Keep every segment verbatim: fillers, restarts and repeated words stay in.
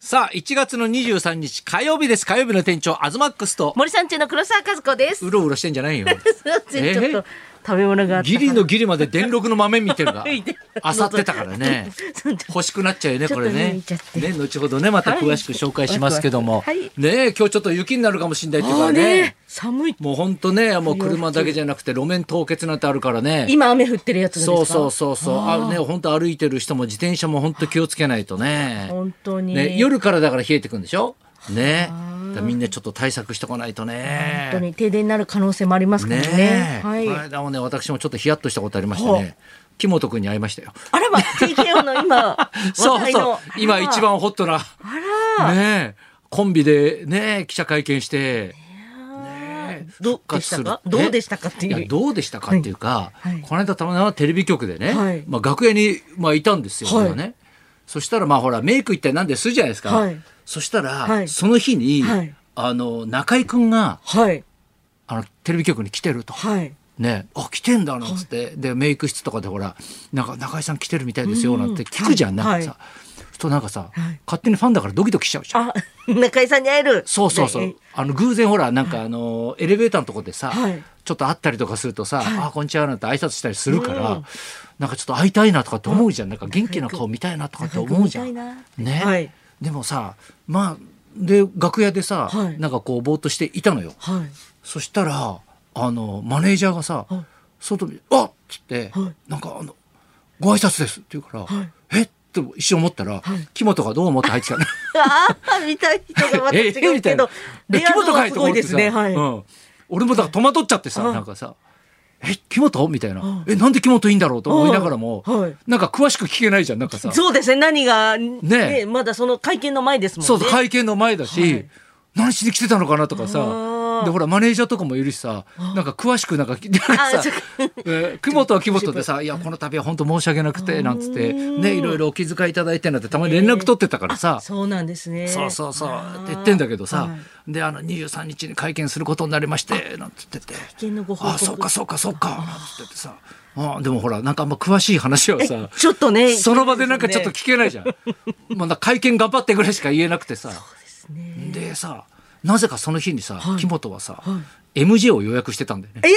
さあいちがつのにじゅうさんにち火曜日です。火曜日の店長アズマックスと森さん中の黒沢和子です。 うろうろしてんじゃないよすいません、ちょっと食べ物があったギリのギリまで電録の豆見てるが見てあさってたからね欲しくなっちゃうよねこれね。 ちょっとねね後ほどねまた詳しく紹介しますけども、 はいね今日ちょっと雪になるかもしれないっていうかあーねね寒い。 もうほんとねもう車だけじゃなくて路面凍結なんてあるからね。 今雨降ってるやつですか。 そうそうそうそうあーあね本当歩いてる人も自転車も本当気をつけないとね。 本当に、 ね夜からだから冷えてくるんでしょね。 あーだからみんなちょっと対策してこないとね。 本当に停電になる可能性もありますからね。 ねえ、 はいこの間もね私もちょっとヒヤッとしたことありましてほうね木本君に会いましたよ。 あらば ティーケーオー の今そうそう話題の今一番ホットなあら、 ねえコンビでね記者会見してねどうでしたか復活するどうでしたかっていういやどうでしたかっていうか、 はいはいこの間たまたまテレビ局でね、 はいまあ、楽屋に、まあ、いたんですよ、 はい俺はね。そしたらまあほらメイク一体なんでするじゃないですか、 はいそしたら、 はいその日に、 はいあの中居君がはいあのテレビ局に来てると。 はいね、あ来てんだなんつって、でメイク室とかでほらなんか中居さん来てるみたいですよなんて聞くじゃん、 うんなんかさ、 はそうするとなんかさ、 はい勝手にファンだからドキドキしちゃうじゃん。 あ中井さんに会える。 そうそうそう、 ねあの偶然ほらなんかあのエレベーターのとこでさ、 はいちょっと会ったりとかするとさ、 はいあこんにちはなんて挨拶したりするから、 うんなんかちょっと会いたいなとかって思うじゃん、なんか元気な顔見たいなとかって思うじゃん。 仲良く見ね、 はいでもさまあで楽屋でさ、 はいなんかこうぼーっとしていたのよ。 はいそしたらあのマネージャーがさ、 はい外見あっつって、 はいなんかあのご挨拶ですって言うから、 はいえっって一瞬思ったら、木本がどう思って入ってきたのああ見たい人がまた違えうけどえレア度がすごいですね。はい。 うん、俺もだから戸惑っちゃってさ、 はいなんかさえ木本みたいな、 はえなんで木本いいんだろうと思いながらも、 はいなんか詳しく聞けないじゃんなんかさ。 そうですね。何がねねまだその会見の前ですもんね。 そうそう会見の前だし、 はい何しに来てたのかなとかあさーでほらマネージャーとかもいるしさなんか詳しくなんか聞いてさあそうえー木本は木本でさ「いやこの度は本当申し訳なくて」なんつってねいろいろお気遣いいただいてなんてたまに連絡取ってたからさ、 そうなんですね。 そうそうそうあーって言ってんだけどさ、 はいであのにじゅうさんにちに会見することになりましてなんつってて会見のご報告あそうかそうかそうかなんつっててさあでもほらなんかあんま詳しい話はさちょっとねその場でなんかちょっと聞けないじゃん。まだ会見頑張ってぐらいしか言えなくてさですね。 でさなぜかその日にさ、 はい木本はさ、 はエムジェー を予約してたんだよね。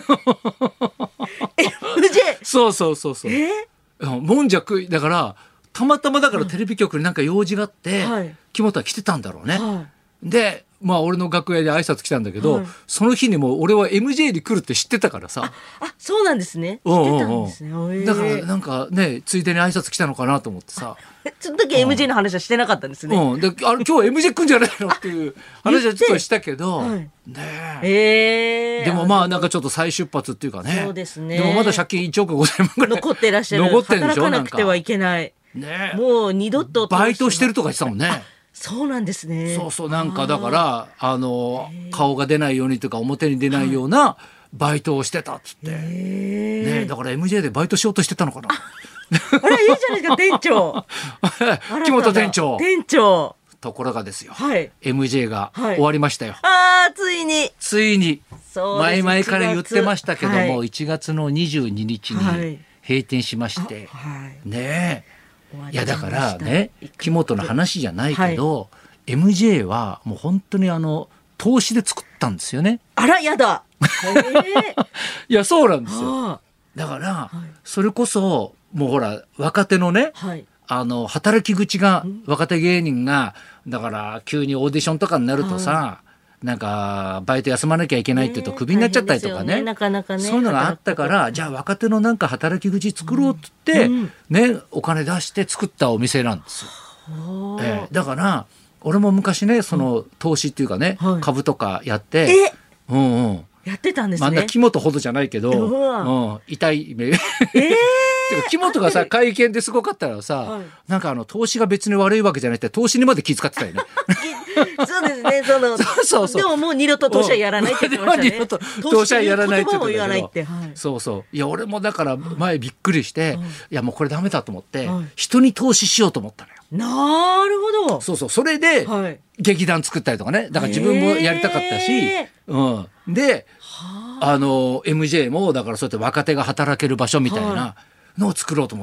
エムジェーそうそうそうそう。 えうんもんじゃくいだからたまたまだからテレビ局になんか用事があって、 はい木本は来てたんだろうね。 はでまあ俺の楽屋で挨拶来たんだけど、 はいその日にもう俺は エムジェー に来るって知ってたからさ。 あそうなんですね。 うん知ってたうんうんんですね。へーだからなんかねついでに挨拶来たのかなと思ってさ。 その時 エムジェー の話はしてなかったんですね。 うん、であれ今日 エムジェー 来んじゃないのっていう話はちょっとしたけど、 はいねえええでもまあなんかちょっと再出発っていうかね。 そうですねでもまだ借金いちおくごせんまんぐらい残ってらっしゃる。 残ってるんでしょ働かなくてはいけない。 ねえもう二度とバイトしてるとか言ってたもんね。 そうなんですね。 そうそうなんかだからあの顔が出ないようにというか表に出ないようなバイトをしてたっつって、ねええだから エムジェー でバイトしようとしてたのかな。 あらいいじゃないですか店長。 木本店長。 店長。 ところがですよ、 はい。 エムジェー がはい終わりましたよ。 ああついに。 ついにそうです前々から言ってましたけども、 はいいちがつのにじゅうににちはにい閉店しまして、 はい。 ね終わりえいやだかましたらね木本の話じゃないけど、エムジェー はもう本当にあの投資で作ったんですよね。 あらやだ。ええいやそうなんですよ。 あだから、 いそれこそもうほら若手のね、 あはい。 あの働き口が若手芸人がだから急にオーディションとかになるとさ、なんかバイト休まなきゃいけないって言うとクビになっちゃったりとかね、 大変ですよねなかなかねそういうのがあったからじゃあ若手のなんか働き口作ろうって言って、 うんねお金出して作ったお店なんですよ。 おーええだから俺も昔ねその投資っていうかね、 はい株とかやって、 えうんうんやってたんですまあ、 ね。 木本ほどじゃないけど、 うわうん、痛い目。 ええてか木本がさ会見ですごかったらさ、 はいなんかあの投資が別に悪いわけじゃなくて投資にまで気遣ってたよね。 そうですね。そのそうそうそうでももう二度と投資はやらないって言ってましたね。 でも二度と投資はやらないって言ってたけど投資という言葉も言わないって。はい。 そうそういや俺もだから前びっくりして、 はいいやもうこれダメだと思って、 はい人に投資しようと思ったのよ。 なるほど。 そうそうそれで、 はい。 劇団作ったりとかねだから自分もやりたかったし、 へうん、であの エムジェー もだからそうやって若手が働ける場所みたいなのを作ろうと思ったのよ。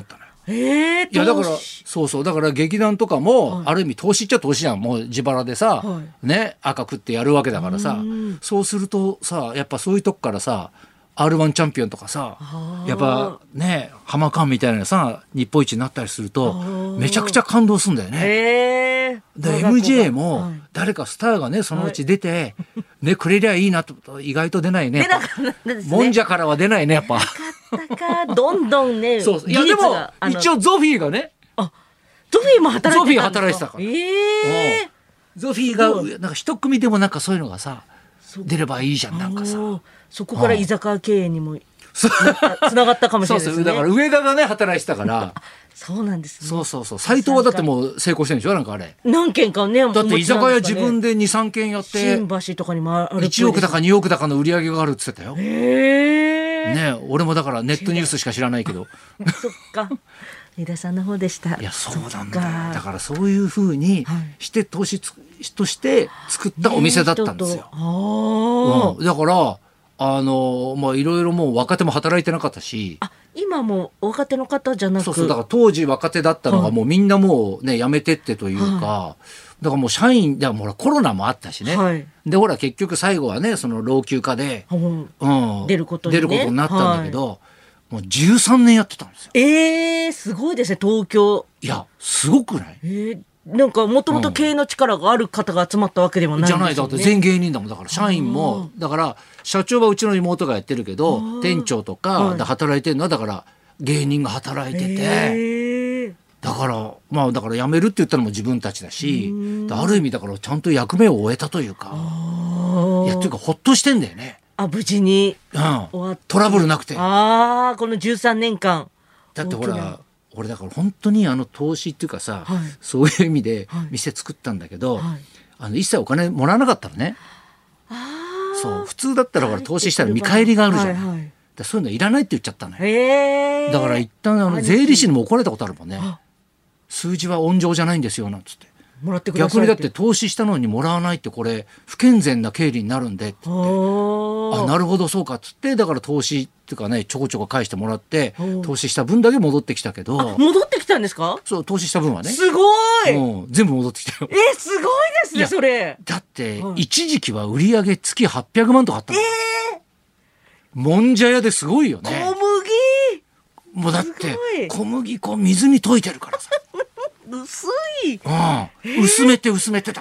へえ。 いやだから投資そうそうだから劇団とかも、 はいある意味投資っちゃ投資じゃん。もう自腹でさ、 はね赤くってやるわけだからさうんそうするとさやっぱそういうとこからさ アールワン チャンピオンとかさあーやっぱね浜カンみたいなさ日本一になったりするとあーめちゃくちゃ感動するんだよね。 へえ。 で エムジェーはもい誰かスターがねそのうち出て、ねくれりゃいいなと意外と出ないね。 出なかったですね。 もんじゃからは出ないねやっぱ。 だからどんどんね。 そういや技でも術があの一応ゾフィーがねゾフィーも働いてたんですか。 ゾフィー働いてたからええ。 ゾフィーがなんか一組でもなんかそういうのがさ出ればいいじゃんなんかさ。 おーそこから居酒屋経営にもそうつながったかもしそうれないですね。 そうだから上田がね働いてたからそうなんですね。 そうそうそう斎藤はだってもう成功してるんでしょなんかあれ何軒かね。 だって居酒屋自分ででにさんけんやって新橋とかにもあるっぽいです。 いちおくだかにおくだかの売り上げがあるって言ってたよ。 へえ。 ね俺もだからネットニュースしか知らないけどそっか。飯田さんの方でした。 いやそうなんだそっかよだからそういうふうにして投資つとして作ったお店だったんですよ。 ね人とあーうん、だからあのまあいろいろもう若手も働いてなかったしあ、今もう若手の方じゃなく。 そうそうだから当時若手だったのがはいもうみんなもうね辞めてってというか、だからもう社員でもほらコロナもあったしね、 はいでほら結局最後はねその老朽化で、 うんうん、 出ることにね出ることになったんだけど、もうじゅうさんねんやってたんですよ。 えー、すごいですね、東京。 いやすごくないえー、なんかもともと経営の力がある方が集まったわけでもないじゃないんですよね。 だって全芸人だもんだから社員もだから社長はうちの妹がやってるけど店長とかで働いてるのはだから芸人が働いてて、 えーだからまあだから辞めるって言ったのも自分たちだしある意味だからちゃんと役目を終えたというかいやっていうかほっとしてんだよね、 あ、無事にうん終わっ、 トラブルなくてああ、このじゅうさんねんかん。 だってほ大きなら俺だから本当にあの投資っていうかさ、 はいそういう意味ではい店作ったんだけど、 はいあの一切お金もらわなかったのね。 ああ。 そう普通だったらほら投資したら見返りがあるじゃん、 はいはいだからそういうのいらないって言っちゃったのよ。 へえ。 だから一旦あの税理士にも怒られたことあるもんねあ。 数字は温情じゃないんですよなんつってもらってください逆にだって投資したのにもらわないってこれ不健全な経理になるんでって言ってああなるほどそうかっつってだから投資っていうかねちょこちょこ返してもらってお投資した分だけ戻ってきたけど戻ってきたんですか？ そう投資した分はねすごい。 うん全部戻ってきたよ。 え、すごいですね、 いやそれ。 だってはい一時期は売り上げ月はっぴゃくまんとかあったの、もんじゃ屋ですごいよ小ね。 麦。 もうだってすごい小麦粉水に溶いてるからさ、 薄い。 うん、薄めて薄めてだ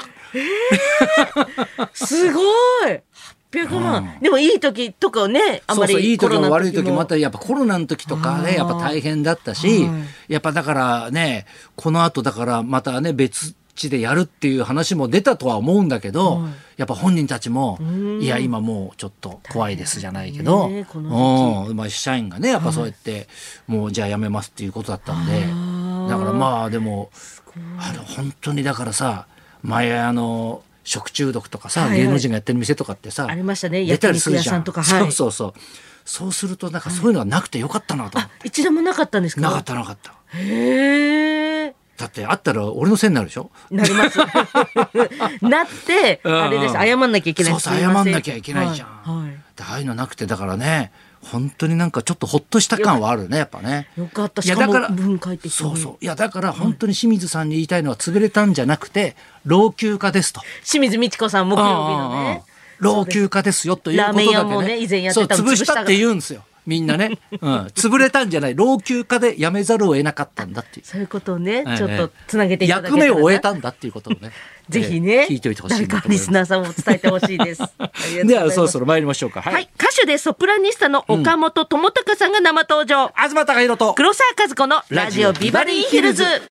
すごい。はっぴゃくまん。でもいい時とかね、あまりそうそういい時も悪い時もあったり。 りやっぱコロナの時とかねあーやっぱ大変だったし、 はやっぱだからねこの後だからまたね別地でやるっていう話も出たとは思うんだけど、 はいやっぱ本人たちもんいや今もうちょっと怖いですじゃないけど、 ねこのうんまあ、社員がねやっぱそうやって、もうじゃあ辞めますっていうことだったんであーだからまあでもあの本当にだからさ前あの食中毒とかさ、 はいはい芸能人がやってる店とかってさありましたね出たりするじゃ焼肉屋さんとかはいそうそうそうそうするとなんかそういうのがなくてよかったなと思って、 一度もなかったんですか？ なかったなかったへえ。 だってあったら俺のせいになるでしょ。 なります。なって、 うんあれです。謝んなきゃいけない。 そうそうすいませ謝んなきゃいけないじゃんはいはいでああいうのなくてだからね本当になんかちょっとほっとした感はあるねやっぱね。 よかった。しかもいやだから文書いてきてそうそういやだから本当に清水さんに言いたいのは潰れたんじゃなくて老朽化ですと。 清水美智子さん木曜日のうんうんうんね。 老朽化ですよということだけね。 ラーメン屋もね以前やってたのそう潰したって言うんですよみんなね、うん、潰れたんじゃない老朽化でやめざるを得なかったんだっていうそういうことをね、 ええちょっとつなげていただけ役たらな目を終えたんだっていうことをねぜひね、 えー聞いておいてほしい誰なと思います。 かリスナーさんも伝えてほしいです。ありがとうございますではそろそろ参りましょうか。はい、 はい、歌手でソプラニスタの岡本智隆さんが生登場。 東貴博と黒沢和子のラジオビバリーヒルズ。